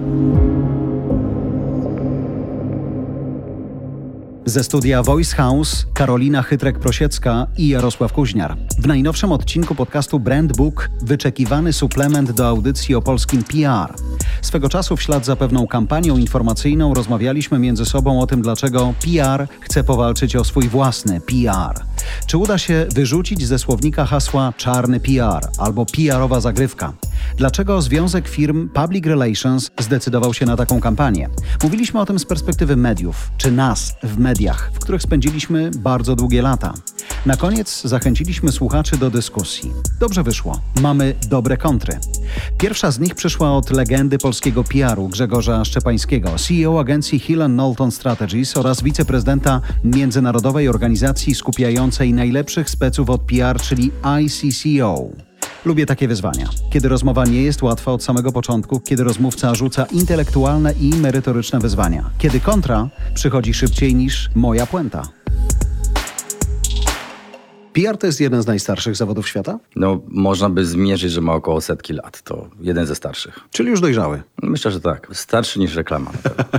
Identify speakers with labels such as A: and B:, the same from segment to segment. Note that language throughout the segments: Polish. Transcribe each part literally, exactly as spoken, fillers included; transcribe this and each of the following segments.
A: Ze studia Voice House Karolina Chytrek-Prosiecka i Jarosław Kuźniar. W najnowszym odcinku podcastu Brand Book wyczekiwany suplement do audycji o polskim P R. Swego czasu w ślad za pewną kampanią informacyjną rozmawialiśmy między sobą o tym, dlaczego P R chce powalczyć o swój własny P R. Czy uda się wyrzucić ze słownika hasła czarny P R albo P R-owa zagrywka? Dlaczego Związek Firm Public Relations zdecydował się na taką kampanię? Mówiliśmy o tym z perspektywy mediów, czy nas w mediach, w których spędziliśmy bardzo długie lata. Na koniec zachęciliśmy słuchaczy do dyskusji. Dobrze wyszło. Mamy dobre kontry. Pierwsza z nich przyszła od legendy polskiego P R u Grzegorza Szczepańskiego, C E O agencji Hill and Knowlton Strategies oraz wiceprezydenta międzynarodowej organizacji skupiającej najlepszych speców od P R, czyli I C C O. Lubię takie wyzwania, kiedy rozmowa nie jest łatwa od samego początku, kiedy rozmówca rzuca intelektualne i merytoryczne wyzwania, kiedy kontra przychodzi szybciej niż moja puenta. P R to jest jeden z najstarszych zawodów świata?
B: No, można by zmierzyć, że ma około setki lat. To jeden ze starszych.
A: Czyli już dojrzały?
B: Myślę, że tak. Starszy niż reklama.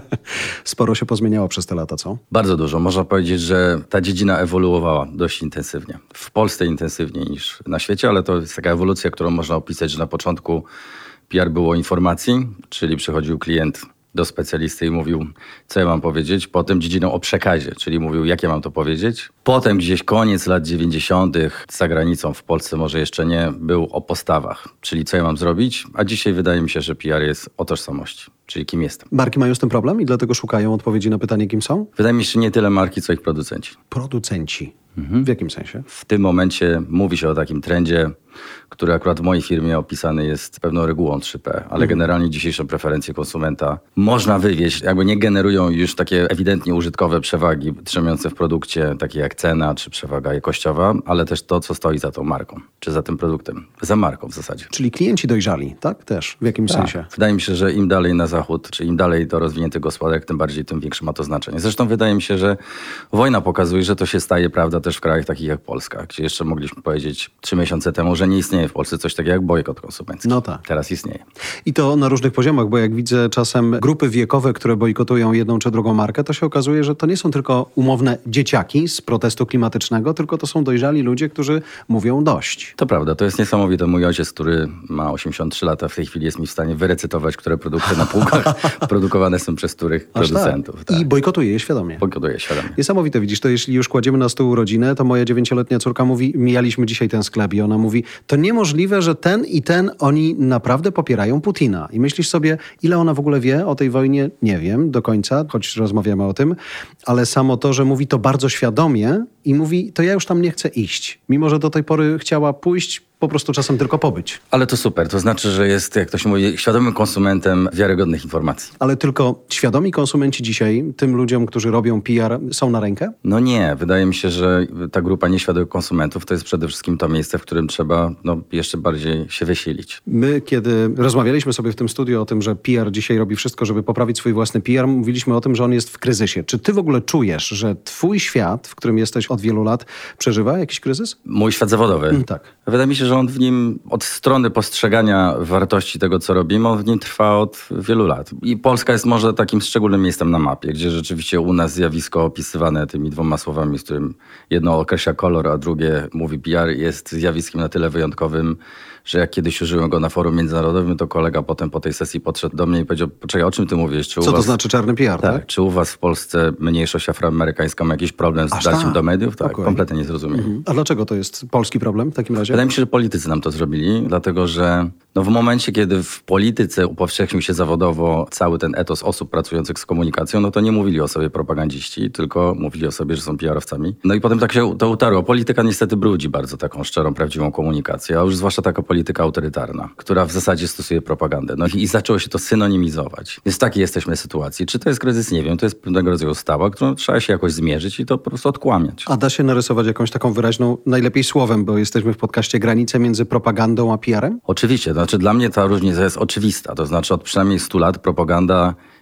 A: Sporo się pozmieniało przez te lata, co?
B: Bardzo dużo. Można powiedzieć, że ta dziedzina ewoluowała dość intensywnie. W Polsce intensywniej niż na świecie, ale to jest taka ewolucja, którą można opisać, że na początku P R było informacji, czyli przychodził klient do specjalisty i mówił, co ja mam powiedzieć. Potem dziedziną o przekazie, czyli mówił, jak ja mam to powiedzieć. Potem gdzieś koniec lat dziewięćdziesiątych za granicą, w Polsce może jeszcze nie, był o postawach, czyli co ja mam zrobić. A dzisiaj wydaje mi się, że P R jest o tożsamości, czyli kim jestem.
A: Marki mają z tym problem i dlatego szukają odpowiedzi na pytanie, kim są?
B: Wydaje mi się, że nie tyle marki, co ich producenci.
A: Producenci? Mhm. W jakim sensie?
B: W tym momencie mówi się o takim trendzie, który akurat w mojej firmie opisany jest pewną regułą trzy P, ale mhm. generalnie dzisiejsze preferencje konsumenta można wywieźć, jakby nie generują już takie ewidentnie użytkowe przewagi trzymujące w produkcie, takie jak cena czy przewaga jakościowa, ale też to, co stoi za tą marką, czy za tym produktem, za marką w zasadzie.
A: Czyli klienci dojrzali, tak? Też, w jakimś
B: tak.
A: sensie.
B: Wydaje mi się, że im dalej na zachód, czy im dalej do rozwiniętych gospodarek, tym bardziej, tym większe ma to znaczenie. Zresztą wydaje mi się, że wojna pokazuje, że to się staje prawda też w krajach takich jak Polska, gdzie jeszcze mogliśmy powiedzieć trzy miesiące temu, że nie istnieje w Polsce coś takiego jak bojkot konsumencki.
A: No tak.
B: Teraz istnieje.
A: I to na różnych poziomach, bo jak widzę czasem grupy wiekowe, które bojkotują jedną czy drugą markę, to się okazuje, że to nie są tylko umowne dzieciaki z protestu klimatycznego, tylko to są dojrzali ludzie, którzy mówią dość.
B: To prawda, to jest niesamowite. Mój ojciec, który ma osiemdziesiąt trzy lata, w tej chwili jest mi w stanie wyrecytować, które produkty na półkach produkowane są przez których
A: Aż
B: producentów.
A: Tak. Tak. I bojkotuje je świadomie.
B: Bojkotuje świadomie.
A: Niesamowite, widzisz, to jeśli już kładziemy na stół rodzinę, to moja dziewięcioletnia córka mówi, mijaliśmy dzisiaj ten sklep i ona mówi, to niemożliwe, że ten i ten, oni naprawdę popierają Putina. I myślisz sobie, ile ona w ogóle wie o tej wojnie? Nie wiem do końca, choć rozmawiamy o tym, ale samo to, że mówi to bardzo świadomie i mówi, to ja już tam nie chcę iść. Mimo, że do tej pory chciała pójść, po prostu czasem tylko pobyć.
B: Ale to super, to znaczy, że jest, jak to się mówi, świadomym konsumentem wiarygodnych informacji.
A: Ale tylko świadomi konsumenci dzisiaj, tym ludziom, którzy robią P R, są na rękę?
B: No nie, wydaje mi się, że ta grupa nieświadomych konsumentów to jest przede wszystkim to miejsce, w którym trzeba no, jeszcze bardziej się wysilić.
A: My, kiedy rozmawialiśmy sobie w tym studiu o tym, że P R dzisiaj robi wszystko, żeby poprawić swój własny P R, mówiliśmy o tym, że on jest w kryzysie. Czy ty w ogóle czujesz, że twój świat, w którym jesteś od wielu lat, przeżywa jakiś kryzys?
B: Mój świat zawodowy?
A: Mm, tak.
B: Wydaje mi się, że on w nim od strony postrzegania wartości tego, co robimy, on w nim trwa od wielu lat. I Polska jest może takim szczególnym miejscem na mapie, gdzie rzeczywiście u nas zjawisko opisywane tymi dwoma słowami, z którym jedno określa kolor, a drugie mówi P R, jest zjawiskiem na tyle wyjątkowym, że jak kiedyś użyłem go na forum międzynarodowym, to kolega potem po tej sesji podszedł do mnie i powiedział, poczekaj, o czym ty mówisz? Czy
A: Co
B: u was...
A: to znaczy czarny P R, tak?
B: tak? Czy u was w Polsce mniejszość afroamerykańska ma jakiś problem z
A: Aż
B: dotarciem
A: tak?
B: do mediów? Tak,
A: Okay.
B: kompletnie nie zrozumieli.
A: Mhm. A dlaczego to jest polski problem w takim razie?
B: Wydaje mi się, że politycy nam to zrobili, dlatego że no w momencie, kiedy w polityce upowszechnił się zawodowo cały ten etos osób pracujących z komunikacją, no to nie mówili o sobie propagandziści, tylko mówili o sobie, że są P R-owcami. No i potem tak się to utarło. Polityka niestety brudzi bardzo taką szczerą, prawdziwą komunikację, a już zwłaszcza taka polityka autorytarna, która w zasadzie stosuje propagandę. No i zaczęło się to synonimizować. Więc w takiej jesteśmy sytuacji. Czy to jest kryzys? Nie wiem. To jest pewnego rodzaju ustawa, którą trzeba się jakoś zmierzyć i to po prostu odkłamiać.
A: A da się narysować jakąś taką wyraźną, najlepiej słowem, bo jesteśmy w podcaście, granicę między propagandą a P R-em?
B: Oczywiście. To znaczy dla mnie ta różnica jest oczywista. To znaczy od przynajmniej stu lat propaganda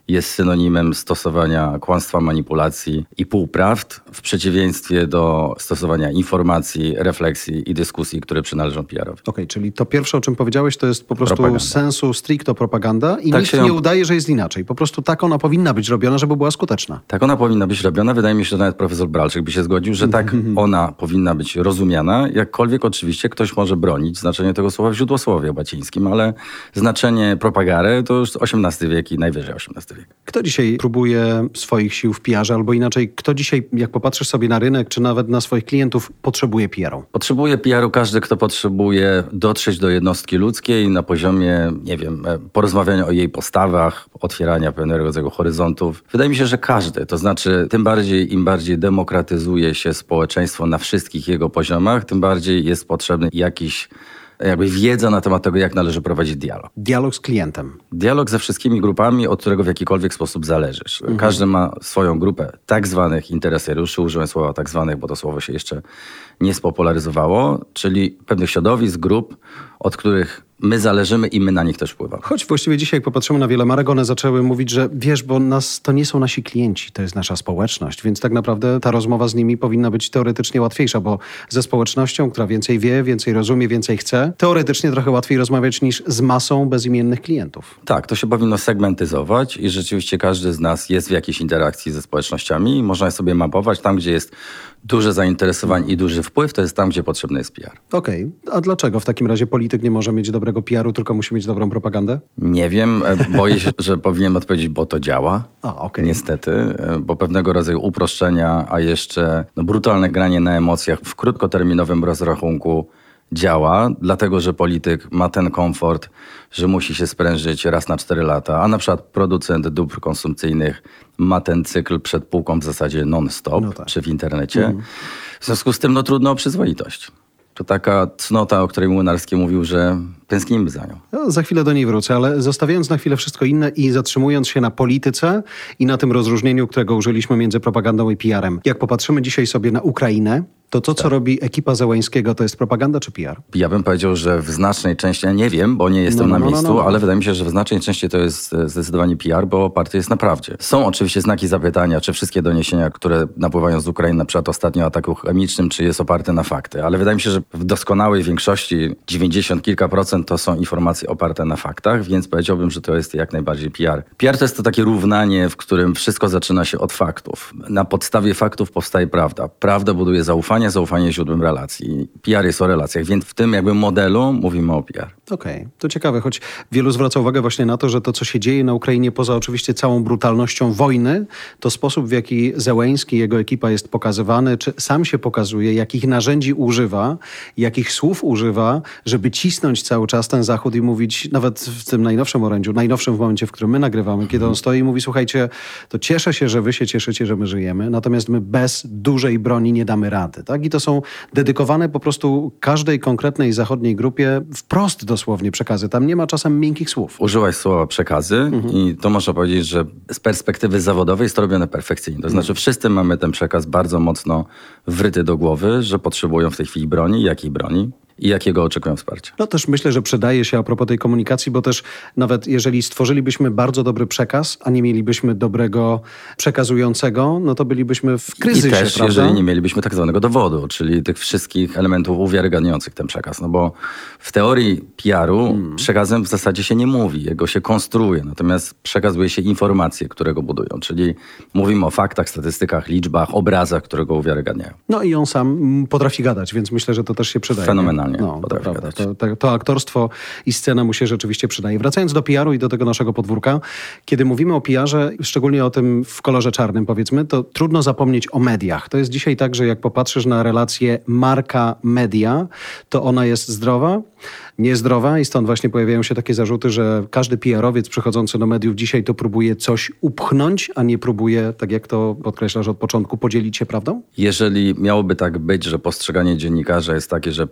B: jest synonimem stosowania kłamstwa, manipulacji i półprawd w przeciwieństwie do stosowania informacji, refleksji i dyskusji, które przynależą P R owi.
A: Okej, okay, czyli to pierwsze, o czym powiedziałeś, to jest po prostu propaganda. Sensu stricto propaganda i
B: tak
A: nikt
B: ją...
A: nie udaje, że jest inaczej. Po prostu tak ona powinna być robiona, żeby była skuteczna.
B: Tak ona powinna być robiona. Wydaje mi się, że nawet profesor Bralczyk by się zgodził, że tak ona powinna być rozumiana. Jakkolwiek oczywiście ktoś może bronić znaczenie tego słowa w źródłosłowie łacińskim, ale znaczenie propagare to już osiemnasty wiek i najwyżej osiemnasty wiek.
A: Kto dzisiaj próbuje swoich sił w P R ze, albo inaczej, kto dzisiaj, jak popatrzysz sobie na rynek, czy nawet na swoich klientów, potrzebuje P R u?
B: Potrzebuje P R u każdy, kto potrzebuje dotrzeć do jednostki ludzkiej na poziomie, nie wiem, porozmawiania o jej postawach, otwierania pewnego rodzaju horyzontów. Wydaje mi się, że każdy. To znaczy, tym bardziej, im bardziej demokratyzuje się społeczeństwo na wszystkich jego poziomach, tym bardziej jest potrzebny jakiś jakby wiedza na temat tego, jak należy prowadzić dialog.
A: Dialog z klientem.
B: Dialog ze wszystkimi grupami, od którego w jakikolwiek sposób zależysz. Mhm. Każdy ma swoją grupę tak zwanych interesariuszy, użyłem słowa tak zwanych, bo to słowo się jeszcze nie spopularyzowało, czyli pewnych środowisk, grup, od których my zależymy i my na nich też wpływamy.
A: Choć właściwie dzisiaj, jak popatrzymy na wiele marek, one zaczęły mówić, że wiesz, bo nas to nie są nasi klienci, to jest nasza społeczność, więc tak naprawdę ta rozmowa z nimi powinna być teoretycznie łatwiejsza, bo ze społecznością, która więcej wie, więcej rozumie, więcej chce, teoretycznie trochę łatwiej rozmawiać niż z masą bezimiennych klientów.
B: Tak, to się powinno segmentyzować i rzeczywiście każdy z nas jest w jakiejś interakcji ze społecznościami i można je sobie mapować tam, gdzie jest duże zainteresowanie i duży wpływ, to jest tam, gdzie potrzebny jest P R.
A: Okej, okay. A dlaczego w takim razie polityk nie może mieć dobrego P R u, tylko musi mieć dobrą propagandę?
B: Nie wiem, boję się, że powinienem odpowiedzieć, bo to działa.
A: A, okay.
B: Niestety, bo pewnego rodzaju uproszczenia, a jeszcze no, brutalne granie na emocjach w krótkoterminowym rozrachunku działa, dlatego że polityk ma ten komfort, że musi się sprężyć raz na cztery lata, a na przykład producent dóbr konsumpcyjnych ma ten cykl przed półką w zasadzie non-stop, no tak. Czy w internecie. Mm. W związku z tym no, trudno o przyzwoitość. To taka cnota, o której Młynarski mówił, że tęsknimy za nią.
A: No, za chwilę do niej wrócę, ale zostawiając na chwilę wszystko inne i zatrzymując się na polityce i na tym rozróżnieniu, którego użyliśmy między propagandą i P R em. Jak popatrzymy dzisiaj sobie na Ukrainę, to to, co tak. robi ekipa Zełenskiego, to jest propaganda czy P R?
B: Ja bym powiedział, że w znacznej części, ja nie wiem, bo nie jestem no, no, na miejscu, no, no, no. ale wydaje mi się, że w znacznej części to jest zdecydowanie P R, bo oparty jest na prawdzie. Są oczywiście znaki zapytania, czy wszystkie doniesienia, które napływają z Ukrainy, na przykład ostatnio o ataku chemicznym, czy jest oparte na fakty. Ale wydaje mi się, że w doskonałej większości, dziewięćdziesiąt kilka procent, to są informacje oparte na faktach, więc powiedziałbym, że to jest jak najbardziej P R. P R to jest to takie równanie, w którym wszystko zaczyna się od faktów. Na podstawie faktów powstaje prawda. Prawda buduje zaufanie, zaufanie jest źródłem relacji. P R jest o relacjach, więc w tym jakby modelu mówimy o P R.
A: Okej, okay. To ciekawe, choć wielu zwraca uwagę właśnie na to, że to, co się dzieje na Ukrainie, poza oczywiście całą brutalnością wojny, to sposób, w jaki Zełenski i jego ekipa jest pokazywany, czy sam się pokazuje, jakich narzędzi używa, jakich słów używa, żeby cisnąć cały czas ten Zachód i mówić, nawet w tym najnowszym orędziu, najnowszym w momencie, w którym my nagrywamy, kiedy on stoi i mówi, słuchajcie, to cieszę się, że wy się cieszycie, że my żyjemy, natomiast my bez dużej broni nie damy rady, tak? I to są dedykowane po prostu każdej konkretnej zachodniej grupie wprost dosłownie przekazy. Tam nie ma czasem miękkich słów.
B: Użyłaś słowa przekazy mhm. i to można powiedzieć, że z perspektywy zawodowej jest to robione perfekcyjnie. To znaczy wszyscy mamy ten przekaz bardzo mocno wryty do głowy, że potrzebują w tej chwili broni, jakiej broni i jakiego oczekują wsparcia.
A: No też myślę, że przydaje się a propos tej komunikacji, bo też nawet jeżeli stworzylibyśmy bardzo dobry przekaz, a nie mielibyśmy dobrego przekazującego, no to bylibyśmy w kryzysie,
B: I też,
A: prawda?
B: jeżeli nie mielibyśmy tak zwanego dowodu, czyli tych wszystkich elementów uwiarygadniających ten przekaz. No bo w teorii P R u hmm. przekazem w zasadzie się nie mówi, jego się konstruuje, natomiast przekazuje się informacje, które go budują, czyli mówimy o faktach, statystykach, liczbach, obrazach, które go uwiarygadniają.
A: No i on sam potrafi gadać, więc myślę, że to też się przydaje.
B: Fenomenalnie.
A: No, to, prawda. To, to, to aktorstwo i scena mu się rzeczywiście przydaje. Wracając do P R u i do tego naszego podwórka, kiedy mówimy o P R ze, szczególnie o tym w kolorze czarnym powiedzmy, to trudno zapomnieć o mediach. To jest dzisiaj tak, że jak popatrzysz na relację marka-media, to ona jest zdrowa, niezdrowa i stąd właśnie pojawiają się takie zarzuty, że każdy P R owiec przychodzący do mediów dzisiaj to próbuje coś upchnąć, a nie próbuje, tak jak to podkreślasz od początku, podzielić się prawdą?
B: Jeżeli miałoby tak być, że postrzeganie dziennikarza jest takie, że P R owiec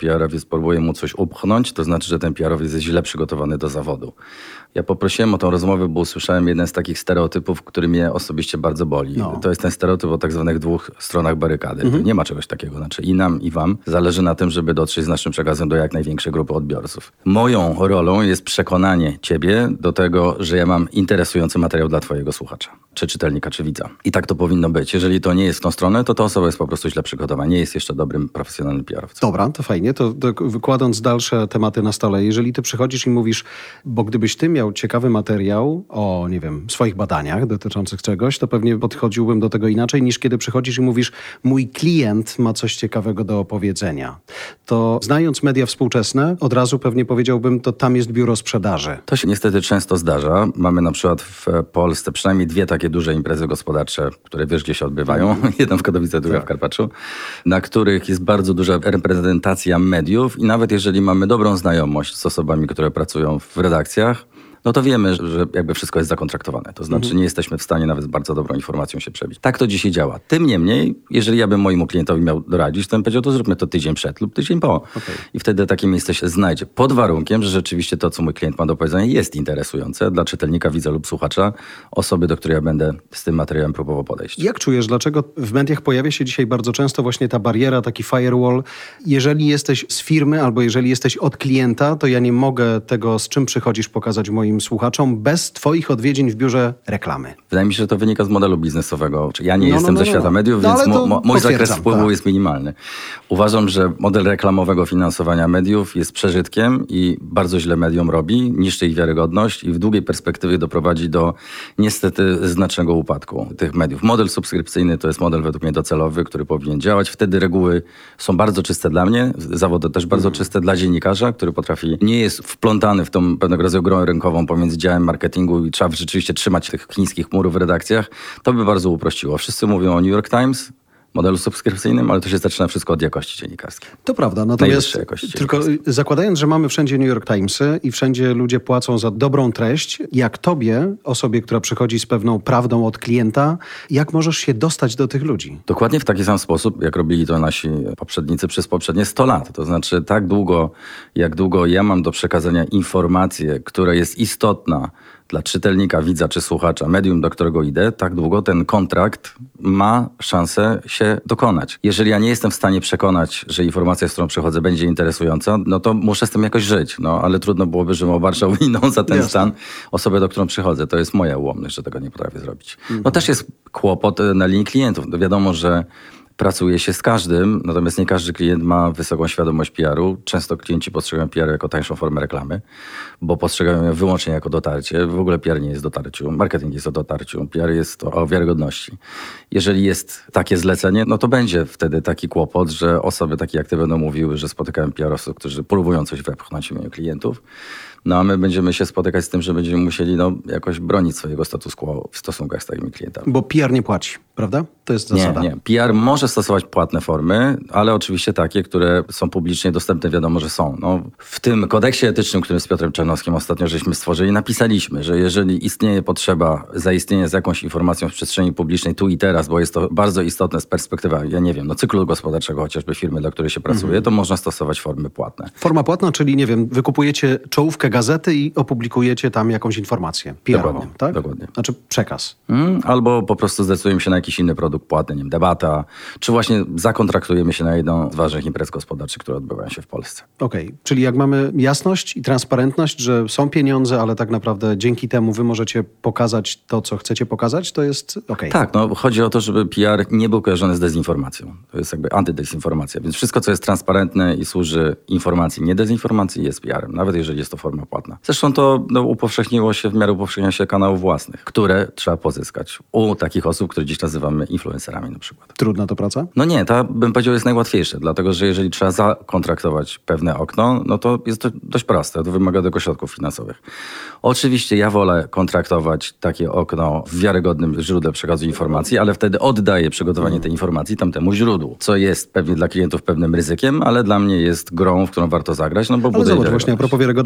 B: spróbuję mu coś upchnąć, to znaczy, że ten P R-owiec jest źle przygotowany do zawodu. Ja poprosiłem o tą rozmowę, bo usłyszałem jeden z takich stereotypów, który mnie osobiście bardzo boli. No. To jest ten stereotyp o tak zwanych dwóch stronach barykady. Mhm. Nie ma czegoś takiego. Znaczy i nam, i wam zależy na tym, żeby dotrzeć z naszym przekazem do jak największej grupy odbiorców. Moją rolą jest przekonanie ciebie do tego, że ja mam interesujący materiał dla twojego słuchacza, czy czytelnika, czy widza. I tak to powinno być. Jeżeli to nie jest w tą stronę, to ta osoba jest po prostu źle przygotowana. Nie jest jeszcze dobrym, profesjonalnym P R-owcem.
A: Dobra, to fajnie. To, to wykładając dalsze tematy na stole, jeżeli ty przychodzisz i mówisz, bo gdybyś ty miał ciekawy materiał o, nie wiem, swoich badaniach dotyczących czegoś, to pewnie podchodziłbym do tego inaczej, niż kiedy przychodzisz i mówisz, mój klient ma coś ciekawego do opowiedzenia. To znając media współczesne, od razu pewnie powiedziałbym, to tam jest biuro sprzedaży.
B: To się niestety często zdarza. Mamy na przykład w Polsce przynajmniej dwie takie duże imprezy gospodarcze, które wiesz, gdzie się odbywają. Jedna w Katowicach, druga tak. w Karpaczu, na których jest bardzo duża reprezentacja mediów i nawet jeżeli mamy dobrą znajomość z osobami, które pracują w redakcjach, no to wiemy, że jakby wszystko jest zakontraktowane. To znaczy mhm. nie jesteśmy w stanie nawet z bardzo dobrą informacją się przebić. Tak to dzisiaj działa. Tym niemniej, jeżeli ja bym mojemu klientowi miał doradzić, to bym powiedział, to zróbmy to tydzień przed lub tydzień po. Okay. I wtedy takie miejsce się znajdzie. Pod warunkiem, że rzeczywiście to, co mój klient ma do powiedzenia, jest interesujące dla czytelnika, widza lub słuchacza, osoby, do której ja będę z tym materiałem próbował podejść.
A: Jak czujesz, dlaczego w mediach pojawia się dzisiaj bardzo często właśnie ta bariera, taki firewall? Jeżeli jesteś z firmy albo jeżeli jesteś od klienta, to ja nie mogę tego, z czym przychodzisz, pokazać moim słuchaczom bez twoich odwiedzin w biurze reklamy.
B: Wydaje mi się, że to wynika z modelu biznesowego. Ja nie no, jestem no, no, ze świata no. mediów, no, więc mo, mo, mój zakres wpływu tak. jest minimalny. Uważam, że model reklamowego finansowania mediów jest przeżytkiem i bardzo źle mediom robi, niszczy ich wiarygodność i w długiej perspektywie doprowadzi do niestety znacznego upadku tych mediów. Model subskrypcyjny to jest model według mnie docelowy, który powinien działać. Wtedy reguły są bardzo czyste dla mnie, zawody też bardzo hmm. czyste dla dziennikarza, który potrafi, nie jest wplątany w tą pewnego rodzaju grę rynkową pomiędzy działem marketingu i trzeba rzeczywiście trzymać tych chińskich chmurów w redakcjach. To by bardzo uprościło. Wszyscy mówią o New York Times, modelu subskrypcyjnym, ale to się zaczyna wszystko od jakości dziennikarskiej.
A: To prawda, natomiast tylko zakładając, że mamy wszędzie New York Timesy i wszędzie ludzie płacą za dobrą treść, jak tobie, osobie, która przychodzi z pewną prawdą od klienta, jak możesz się dostać do tych ludzi?
B: Dokładnie w taki sam sposób, jak robili to nasi poprzednicy przez poprzednie sto lat. To znaczy tak długo, jak długo ja mam do przekazania informację, która jest istotna dla czytelnika, widza czy słuchacza, medium, do którego idę, tak długo ten kontrakt ma szansę się dokonać. Jeżeli ja nie jestem w stanie przekonać, że informacja, z którą przychodzę, będzie interesująca, no to muszę z tym jakoś żyć. No, ale trudno byłoby, żebym obarczał winą za ten Jasne. stan osobę, do którą przychodzę. To jest moja ułomność, że tego nie potrafię zrobić. Mhm. No też jest kłopot na linii klientów. No, wiadomo, że pracuje się z każdym, natomiast nie każdy klient ma wysoką świadomość P R-u. Często klienci postrzegają P R jako tańszą formę reklamy, bo postrzegają ją wyłącznie jako dotarcie. W ogóle P R nie jest dotarciu, marketing jest o dotarciu, P R jest o wiarygodności. Jeżeli jest takie zlecenie, no to będzie wtedy taki kłopot, że osoby takie jak ty będą mówiły, że spotykają P R-owców, którzy próbują coś wepchnąć w imieniu klientów. No a my będziemy się spotykać z tym, że będziemy musieli no, jakoś bronić swojego status quo w stosunkach z takimi klientami.
A: Bo P R nie płaci, prawda? To jest zasada.
B: Nie, nie. P R może stosować płatne formy, ale oczywiście takie, które są publicznie dostępne, wiadomo, że są. No, w tym kodeksie etycznym, którym z Piotrem Czarnowskim ostatnio żeśmy stworzyli, napisaliśmy, że jeżeli istnieje potrzeba zaistnienia z jakąś informacją w przestrzeni publicznej tu i teraz, bo jest to bardzo istotne z perspektywy, ja nie wiem, no cyklu gospodarczego chociażby firmy, dla której się pracuje, mhm. to można stosować formy płatne.
A: Forma płatna, czyli nie wiem, wykupujecie czołówkę gazety i opublikujecie tam jakąś informację P R-ową,
B: dokładnie,
A: tak?
B: Dokładnie.
A: Znaczy przekaz.
B: Mm, albo po prostu zdecydujemy się na jakiś inny produkt płatny, nie wiem, debata, czy właśnie zakontraktujemy się na jedną z ważnych imprez gospodarczych, które odbywają się w Polsce.
A: Okej, okay. Czyli jak mamy jasność i transparentność, że są pieniądze, ale tak naprawdę dzięki temu wy możecie pokazać to, co chcecie pokazać, to jest okej. Okay.
B: Tak, no chodzi o to, żeby P R nie był kojarzony z dezinformacją. To jest jakby antydezinformacja, więc wszystko, co jest transparentne i służy informacji, nie dezinformacji, jest P R-em, nawet jeżeli jest to forma płatna. Zresztą to no, upowszechniło się w miarę upowszechnienia się kanałów własnych, które trzeba pozyskać u takich osób, które dziś nazywamy influencerami na przykład.
A: Trudna to praca?
B: No nie, ta bym powiedział jest najłatwiejsze, dlatego że jeżeli trzeba zakontraktować pewne okno, no to jest to dość proste, to wymaga tylko środków finansowych. Oczywiście ja wolę kontraktować takie okno w wiarygodnym źródle przekazu informacji, ale wtedy oddaję przygotowanie tej informacji tamtemu źródłu, co jest pewnie dla klientów pewnym ryzykiem, ale dla mnie jest grą, w którą warto zagrać, no bo
A: ale zobacz, właśnie a propos wiarygodności, bo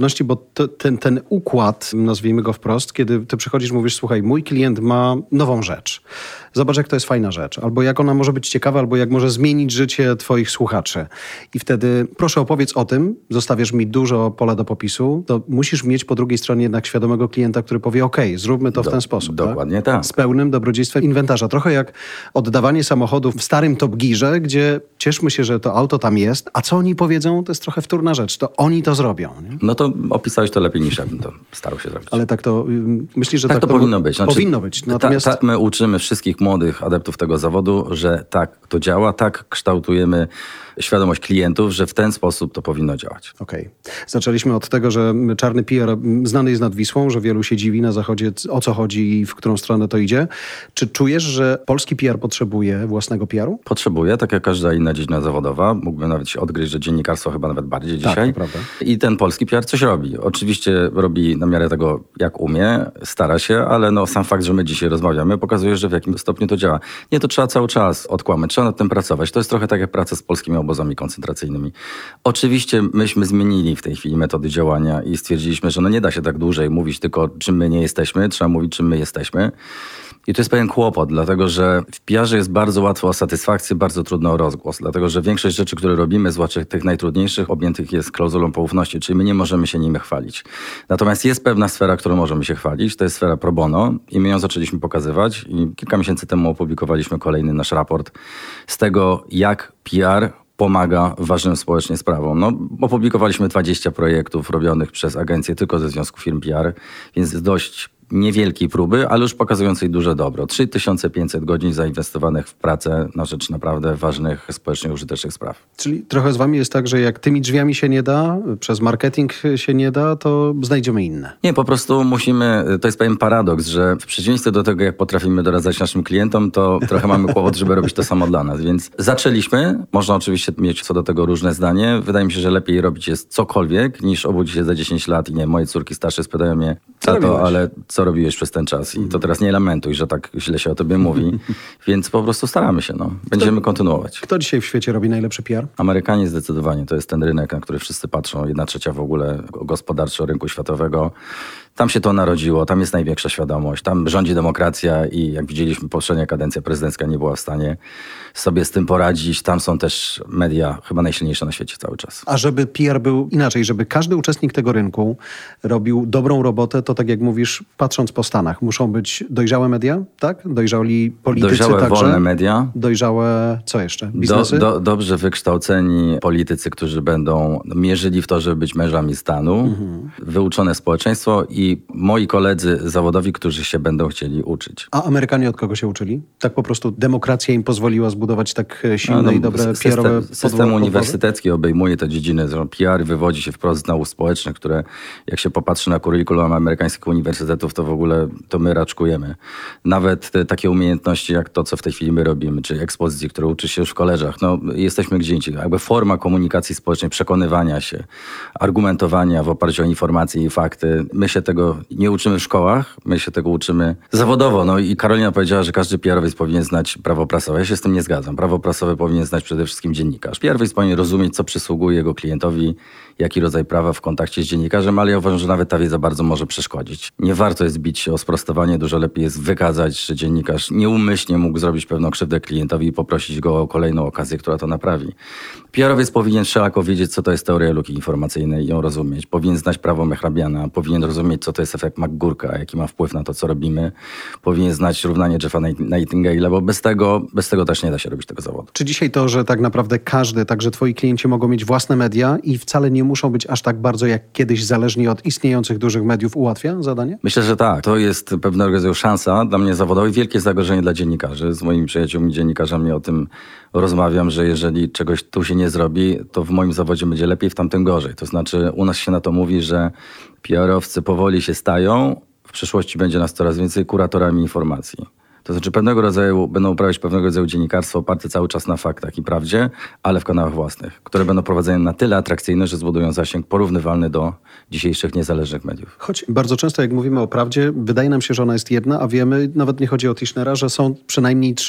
C: to, ten, ten układ, nazwijmy go wprost, kiedy ty przychodzisz, mówisz, słuchaj, mój klient ma nową rzecz. Zobacz, jak to jest fajna rzecz. Albo jak ona może być ciekawa, albo jak może zmienić życie twoich słuchaczy. I wtedy proszę opowiedz o tym, zostawiasz mi dużo pola do popisu, to musisz mieć po drugiej stronie jednak świadomego klienta, który powie, okej, okay, zróbmy to w
B: do,
C: ten sposób.
B: Dokładnie tak? tak.
C: Z pełnym dobrodziejstwem inwentarza. Trochę jak oddawanie samochodów w starym Top Gearze, gdzie cieszmy się, że to auto tam jest, a co oni powiedzą, to jest trochę wtórna rzecz. To oni to zrobią. Nie?
B: No to opisałeś to lepiej niż ja bym to starał się zrobić.
C: Ale tak to, myślisz, że
B: tak,
C: tak
B: to, to powinno być. Znaczy,
C: powinno być. Natomiast...
B: Ta, ta, my uczymy wszystkich młodych adeptów tego zawodu, że tak to działa, tak kształtujemy świadomość klientów, że w ten sposób to powinno działać.
C: Okej. Okay. Zaczęliśmy od tego, że czarny P R znany jest nad Wisłą, że wielu się dziwi na Zachodzie, o co chodzi i w którą stronę to idzie. Czy czujesz, że polski P R potrzebuje własnego P R u?
B: Potrzebuje, tak jak każda inna dziedzina zawodowa. Mógłbym nawet się odgryźć, że dziennikarstwo chyba nawet bardziej dzisiaj.
C: Tak, to prawda.
B: I ten polski P R coś robi. Oczywiście robi na miarę tego, jak umie, stara się, ale no sam fakt, że my dzisiaj rozmawiamy, pokazuje, że w jakim stopniu to działa. Nie, to trzeba cały czas odkłamać, trzeba nad tym pracować. To jest trochę tak jak praca z polskimi obozami koncentracyjnymi. Oczywiście myśmy zmienili w tej chwili metody działania i stwierdziliśmy, że no nie da się tak dłużej mówić tylko, czym my nie jesteśmy, trzeba mówić, czym my jesteśmy. I to jest pewien kłopot, dlatego że w P R-ze jest bardzo łatwo o satysfakcję, bardzo trudno o rozgłos, dlatego że większość rzeczy, które robimy, zwłaszcza tych najtrudniejszych, objętych jest klauzulą poufności, czyli my nie możemy się nimi chwalić. Natomiast jest pewna sfera, którą możemy się chwalić, to jest sfera pro bono i my ją zaczęliśmy pokazywać i kilka miesięcy temu opublikowaliśmy kolejny nasz raport z tego, jak P R pomaga ważnym społecznie sprawom. No, opublikowaliśmy dwadzieścia projektów robionych przez agencje tylko ze Związku Firm P R, więc dość niewielkiej próby, ale już pokazującej duże dobro. trzy tysiące pięćset godzin zainwestowanych w pracę na rzecz naprawdę ważnych, społecznie użytecznych spraw.
C: Czyli trochę z wami jest tak, że jak tymi drzwiami się nie da, przez marketing się nie da, to znajdziemy inne.
B: Nie, po prostu musimy, to jest pewien paradoks, że w przeciwieństwie do tego, jak potrafimy doradzać naszym klientom, to trochę mamy kłopot, żeby robić to samo dla nas. Więc zaczęliśmy, można oczywiście mieć co do tego różne zdanie. Wydaje mi się, że lepiej robić jest cokolwiek, niż obudzić się za dziesięć lat i nie, moje córki starsze spytają mnie, tato, ale co robiłeś przez ten czas? I to teraz nie lamentuj, że tak źle się o tobie mówi. Więc po prostu staramy się, no. Będziemy kto, kontynuować.
C: Kto dzisiaj w świecie robi najlepszy P R?
B: Amerykanie zdecydowanie. To jest ten rynek, na który wszyscy patrzą. Jedna trzecia w ogóle gospodarczo rynku światowego. Tam się to narodziło, tam jest największa świadomość, tam rządzi demokracja i jak widzieliśmy, poprzednia kadencja prezydencka nie była w stanie sobie z tym poradzić. Tam są też media chyba najsilniejsze na świecie cały czas.
C: A żeby P R był inaczej, żeby każdy uczestnik tego rynku robił dobrą robotę, to tak jak mówisz, patrząc po Stanach, muszą być dojrzałe media, tak? Dojrzali politycy
B: dojrzałe,
C: także.
B: wolne media.
C: Dojrzałe, co jeszcze? Biznesy?
B: Do, do, dobrze wykształceni politycy, którzy będą mierzyli w to, żeby być mężami stanu. Mhm. Wyuczone społeczeństwo i I moi koledzy zawodowi, którzy się będą chcieli uczyć.
C: A Amerykanie od kogo się uczyli? Tak po prostu demokracja im pozwoliła zbudować tak silne no, no, i dobre
B: system,
C: P R-owe
B: System podwory? uniwersytecki obejmuje te dziedziny. P R wywodzi się wprost z nauk społecznych, które jak się popatrzy na kurikulum amerykańskich uniwersytetów, to w ogóle to my raczkujemy. Nawet te, takie umiejętności jak to, co w tej chwili my robimy, czyli ekspozycji, które uczy się już w koleżach. No, jesteśmy gdzie indziej. Jakby forma komunikacji społecznej, przekonywania się, argumentowania w oparciu o informacje i fakty. My się tego nie uczymy w szkołach, my się tego uczymy zawodowo. No i Karolina powiedziała, że każdy P R-owiec powinien znać prawo prasowe. Ja się z tym nie zgadzam. Prawo prasowe powinien znać przede wszystkim dziennikarz. P R-owiec powinien rozumieć, co przysługuje jego klientowi, jaki rodzaj prawa w kontakcie z dziennikarzem, ale ja uważam, że nawet ta wiedza bardzo może przeszkodzić. Nie warto jest bić się o sprostowanie, dużo lepiej jest wykazać, że dziennikarz nieumyślnie mógł zrobić pewną krzywdę klientowi i poprosić go o kolejną okazję, która to naprawi. P R-owiec powinien wszelako wiedzieć, co to jest teoria luki informacyjnej i ją rozumieć. Powinien znać prawo Mehrabiana, powinien rozumieć, co to jest efekt McGurka, jaki ma wpływ na to, co robimy. Powinien znać równanie Jeffa Nightingale'a, bo bez tego, bez tego też nie da się robić tego zawodu.
C: Czy dzisiaj to, że tak naprawdę każdy, także twoi klienci mogą mieć własne media i wcale nie muszą być aż tak bardzo jak kiedyś zależni od istniejących dużych mediów, ułatwia zadanie?
B: Myślę, że tak. To jest pewnego rodzaju szansa dla mnie zawodowa i wielkie zagrożenie dla dziennikarzy. Z moimi przyjaciółmi dziennikarzami o tym rozmawiam, że jeżeli czegoś tu się nie zrobi, to w moim zawodzie będzie lepiej, w tamtym gorzej. To znaczy u nas się na to mówi, że P R-owcy powoli się stają, w przyszłości będzie nas coraz więcej kuratorami informacji. To znaczy pewnego rodzaju, będą uprawiać pewnego rodzaju dziennikarstwo oparte cały czas na faktach i prawdzie, ale w kanałach własnych, które będą prowadzone na tyle atrakcyjne, że zbudują zasięg porównywalny do dzisiejszych niezależnych mediów.
C: Choć bardzo często jak mówimy o prawdzie, wydaje nam się, że ona jest jedna, a wiemy, nawet nie chodzi o Tischnera, że są przynajmniej trzy.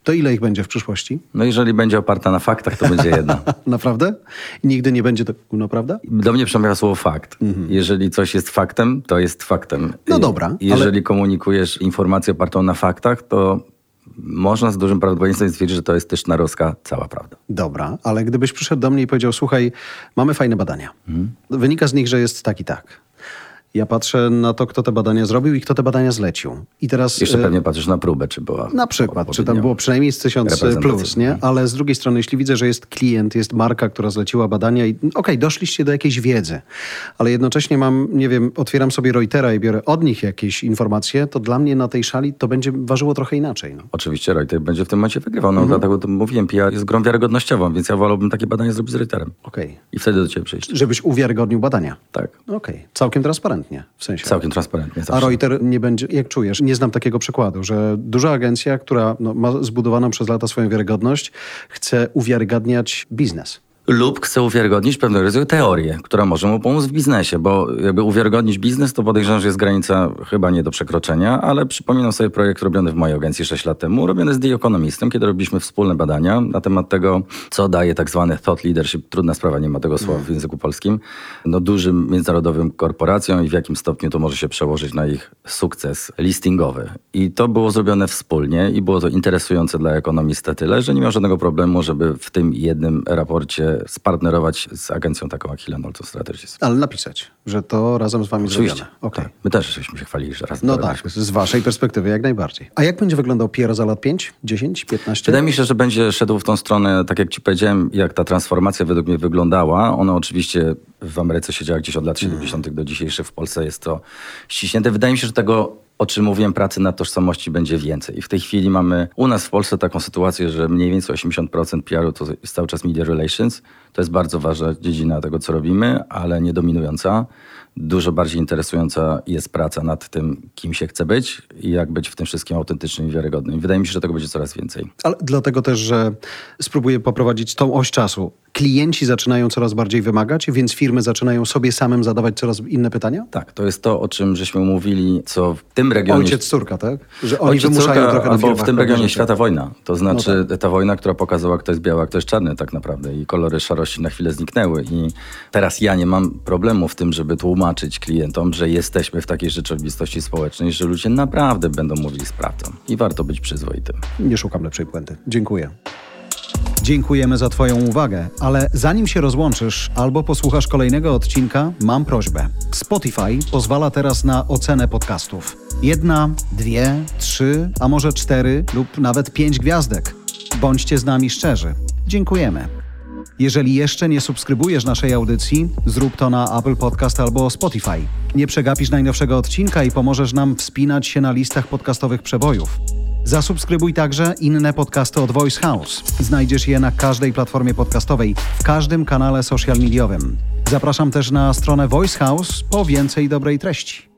C: To ile ich będzie w przyszłości?
B: No jeżeli będzie oparta na faktach, to będzie jedna.
C: Naprawdę? Nigdy nie będzie to gówno-prawda?
B: Do mnie przemawia słowo fakt. Mhm. Jeżeli coś jest faktem, to jest faktem.
C: No dobra.
B: Jeżeli
C: ale...
B: komunikujesz informację opartą na faktach, to można z dużym prawdopodobieństwem stwierdzić, że to jest też narozka cała prawda.
C: Dobra, ale gdybyś przyszedł do mnie i powiedział, słuchaj, mamy fajne badania. Mhm. Wynika z nich, że jest tak i tak. Ja patrzę na to, kto te badania zrobił i kto te badania zlecił. I teraz
B: jeszcze pewnie patrzysz na próbę, czy była...
C: Na przykład, czy tam było przynajmniej z tysiąc plus, nie? Ale z drugiej strony, jeśli widzę, że jest klient, jest marka, która zleciła badania i okej, okay, doszliście do jakiejś wiedzy, ale jednocześnie mam, nie wiem, otwieram sobie Reutera i biorę od nich jakieś informacje, to dla mnie na tej szali to będzie ważyło trochę inaczej. No.
B: Oczywiście Reuter będzie w tym momencie wygrywał. No mhm. dlatego to mówiłem, P R jest grą wiarygodnościową, więc ja wolałbym takie badania zrobić z Reuterem.
C: Okej. Okay.
B: I wtedy do ciebie przyjść.
C: Żebyś uwiarygodnił badania.
B: Tak.
C: Okej. Okay. Całkiem transparentnie, w sensie.
B: Całkiem transparentnie. Zawsze.
C: A Reuter nie będzie, jak czujesz, nie znam takiego przykładu, że duża agencja, która no, ma zbudowaną przez lata swoją wiarygodność, chce uwiarygadniać biznes.
B: Lub chce uwiarygodnić pewnego rodzaju teorię, która może mu pomóc w biznesie, bo jakby uwiarygodnić biznes, to podejrzewam, że jest granica chyba nie do przekroczenia, ale przypominam sobie projekt robiony w mojej agencji sześć lat temu, robiony z The Economistem, kiedy robiliśmy wspólne badania na temat tego, co daje tak zwany thought leadership, trudna sprawa, nie ma tego słowa w języku polskim, no dużym międzynarodowym korporacjom i w jakim stopniu to może się przełożyć na ich sukces listingowy. I to było zrobione wspólnie i było to interesujące dla ekonomista tyle, że nie miał żadnego problemu, żeby w tym jednym raporcie spartnerować z agencją taką jak Hill and Knowlton Strategies.
C: Ale napisać, że to razem z wami
B: Oczywiście.
C: zrobione. Okay.
B: Tak. My też żeśmy się chwalili, że razem
C: No tak, z waszej perspektywy jak najbardziej. A jak będzie wyglądał P R za lat pięć, dziesięć, piętnaście?
B: Wydaje mi się, że będzie szedł w tą stronę, tak jak ci powiedziałem, jak ta transformacja według mnie wyglądała. Ona oczywiście w Ameryce się działa gdzieś od lat siedemdziesiątych do dzisiejszych. W Polsce jest to ściśnięte. Wydaje mi się, że tego, o czym mówiłem, pracy nad tożsamości będzie więcej. I w tej chwili mamy u nas w Polsce taką sytuację, że mniej więcej osiemdziesiąt procent P R-u to jest cały czas media relations. To jest bardzo ważna dziedzina tego, co robimy, ale nie dominująca. Dużo bardziej interesująca jest praca nad tym, kim się chce być i jak być w tym wszystkim autentycznym i wiarygodnym. Wydaje mi się, że tego będzie coraz więcej.
C: Ale dlatego też, że spróbuję poprowadzić tą oś czasu. Klienci zaczynają coraz bardziej wymagać, więc firmy zaczynają sobie samym zadawać coraz inne pytania?
B: Tak, to jest to, o czym żeśmy mówili, co w tym regionie...
C: Ojciec, córka, tak? Że oni
B: Ojciec,
C: wymuszają
B: córka,
C: trochę na
B: albo
C: firmach,
B: w tym regionie
C: rzeczy.
B: świata wojna. To znaczy
C: no tak.
B: ta wojna, która pokazała, kto jest biały, a kto jest czarny tak naprawdę. I kolory szarości na chwilę zniknęły. I teraz ja nie mam problemu w tym, żeby tłumaczyć klientom, że jesteśmy w takiej rzeczywistości społecznej, że ludzie naprawdę będą mówili z prawdą. I warto być przyzwoitym.
C: Nie szukam lepszej puenty. Dziękuję.
A: Dziękujemy za twoją uwagę, ale zanim się rozłączysz albo posłuchasz kolejnego odcinka, mam prośbę. Spotify pozwala teraz na ocenę podcastów. Jedna, dwie, trzy, a może cztery lub nawet pięć gwiazdek. Bądźcie z nami szczerzy. Dziękujemy. Jeżeli jeszcze nie subskrybujesz naszej audycji, zrób to na Apple Podcast albo Spotify. Nie przegapisz najnowszego odcinka i pomożesz nam wspinać się na listach podcastowych przebojów. Zasubskrybuj także inne podcasty od Voice House. Znajdziesz je na każdej platformie podcastowej, w każdym kanale social mediowym. Zapraszam też na stronę Voice House po więcej dobrej treści.